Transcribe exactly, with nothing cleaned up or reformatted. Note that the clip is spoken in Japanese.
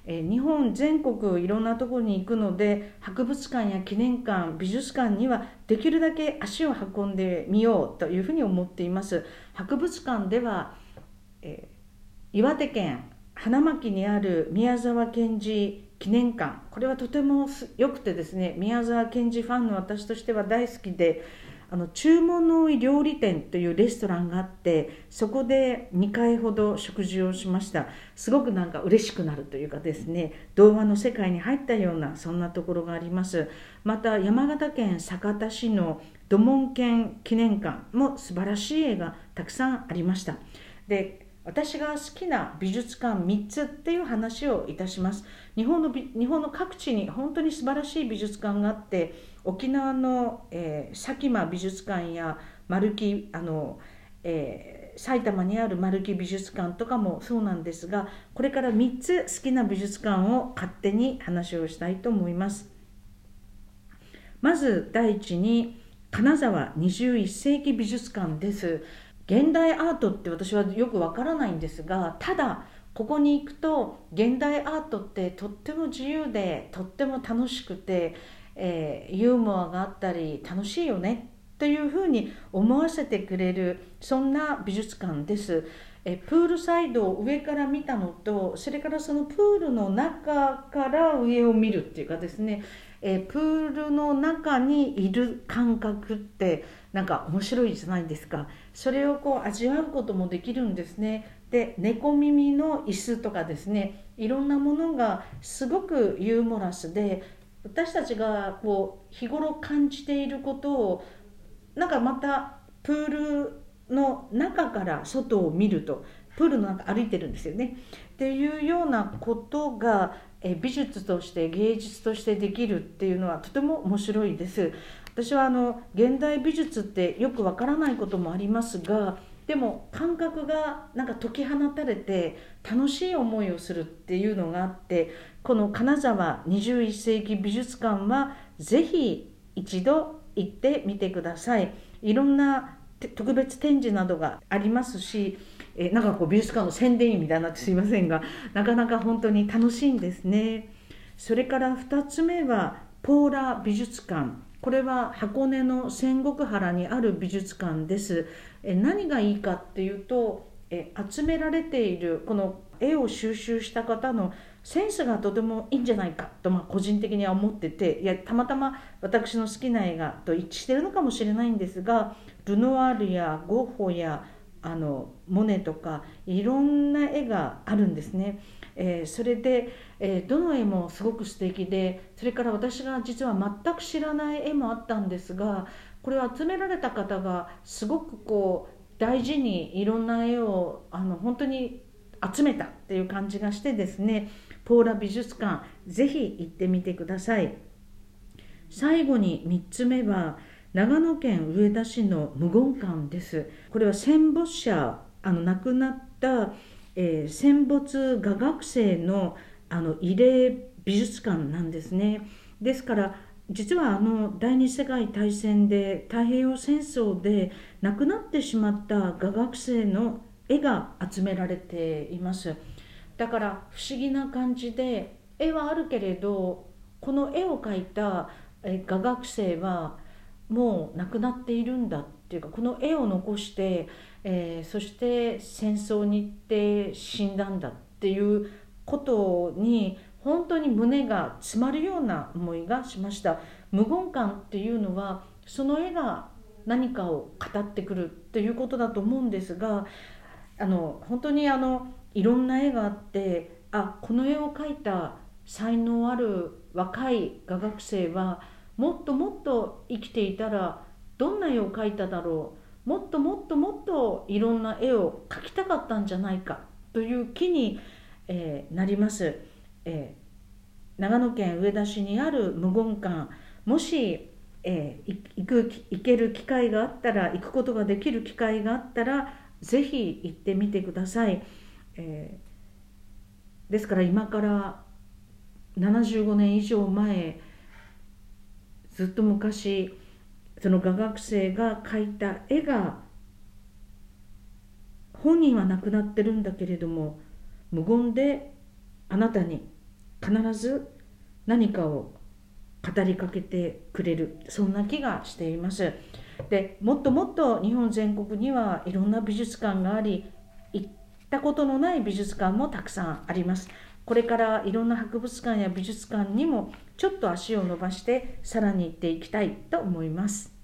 えー日本全国いろんなところに行くので、博物館や記念館、美術館にはできるだけ足を運んでみようというふうに思っています。博物館では、えー岩手県花巻にある宮沢賢治記念館、これはとても良くてですね、宮沢賢治ファンの私としては大好きで、あの注文の多い料理店というレストランがあって、そこでにかいほど食事をしました。すごくなんか嬉しくなるというかですね、童話の世界に入ったようなそんなところがあります。また山形県酒田市の土門県記念館も素晴らしい絵がたくさんありました。で、私が好きな美術館みっつっていう話をいたします。日本の日本の各地に本当に素晴らしい美術館があって、沖縄の、えー、佐喜眞美術館や丸木あの、えー、埼玉にある丸木美術館とかもそうなんですが、これからみっつ好きな美術館を勝手に話をしたいと思います。まず第一に金沢にじゅういっせいき美術館です。現代アートって私はよくわからないんですが、ただここに行くと現代アートってとっても自由でとっても楽しくて、えー、ユーモアがあったり楽しいよねというふうに思わせてくれる、そんな美術館です。えプールサイドを上から見たのと、それからそのプールの中から上を見るっていうかですね、えプールの中にいる感覚ってなんか面白いじゃないですか。それをこう味わうこともできるんですね。で、猫耳の椅子とかですね、いろんなものがすごくユーモラスで、私たちがこう日頃感じていることをなんかまたプールの中から外を見ると、プールの中歩いてるんですよねっていうようなことが美術として芸術としてできるっていうのはとても面白いです。私はあの現代美術ってよくわからないこともありますが、でも感覚がなんか解き放たれて楽しい思いをするっていうのがあって、この金沢にじゅういっせいき美術館はぜひ一度行ってみてください。いろんな特別展示などがありますし、えなんかこう美術館の宣伝員みたいになってすいませんが、なかなか本当に楽しいんですね。それからふたつめはポーラ美術館、これは箱根の仙石原にある美術館です。え何がいいかっていうと、え集められているこの絵を収集した方のセンスがとてもいいんじゃないかと、まあ、個人的には思ってて、いやたまたま私の好きな映画と一致してるのかもしれないんですが、ルノワールやゴッホやあのモネとかいろんな絵があるんですね。えー、それで、えー、どの絵もすごく素敵で、それから私が実は全く知らない絵もあったんですが、これを集められた方がすごくこう大事にいろんな絵をあの本当に集めたっていう感じがしてですね、ポーラ美術館ぜひ行ってみてください。最後にみっつめは長野県上田市の無言館です。これは戦没者、あの亡くなった、えー、戦没画学生のあの慰霊美術館なんですね。ですから実はあの第二次世界大戦で太平洋戦争で亡くなってしまった画学生の絵が集められています。だから不思議な感じで、絵はあるけれどこの絵を描いた画学生はもう亡くなっているんだっていうか、この絵を残して、えー、そして戦争に行って死んだんだっていうことに本当に胸が詰まるような思いがしました。無言館っていうのはその絵が何かを語ってくるっていうことだと思うんですが、あの本当にあのいろんな絵があって、あ、この絵を描いた才能ある若い画学生はもっともっと生きていたらどんな絵を描いただろう、もっともっともっといろんな絵を描きたかったんじゃないかという気に、えー、なります。えー、長野県上田市にある無言館、もし、えー、行く行ける機会があったら、行くことができる機会があったらぜひ行ってみてください。えー、ですから今からななじゅうごねん以上前、ずっと昔その画学生が描いた絵が、本人は亡くなってるんだけれども無言であなたに必ず何かを語りかけてくれる、そんな気がしています。でもっともっと日本全国にはいろんな美術館があり、行ったことのない美術館もたくさんあります。これからいろんな博物館や美術館にもちょっと足を伸ばしてさらに行っていきたいと思います。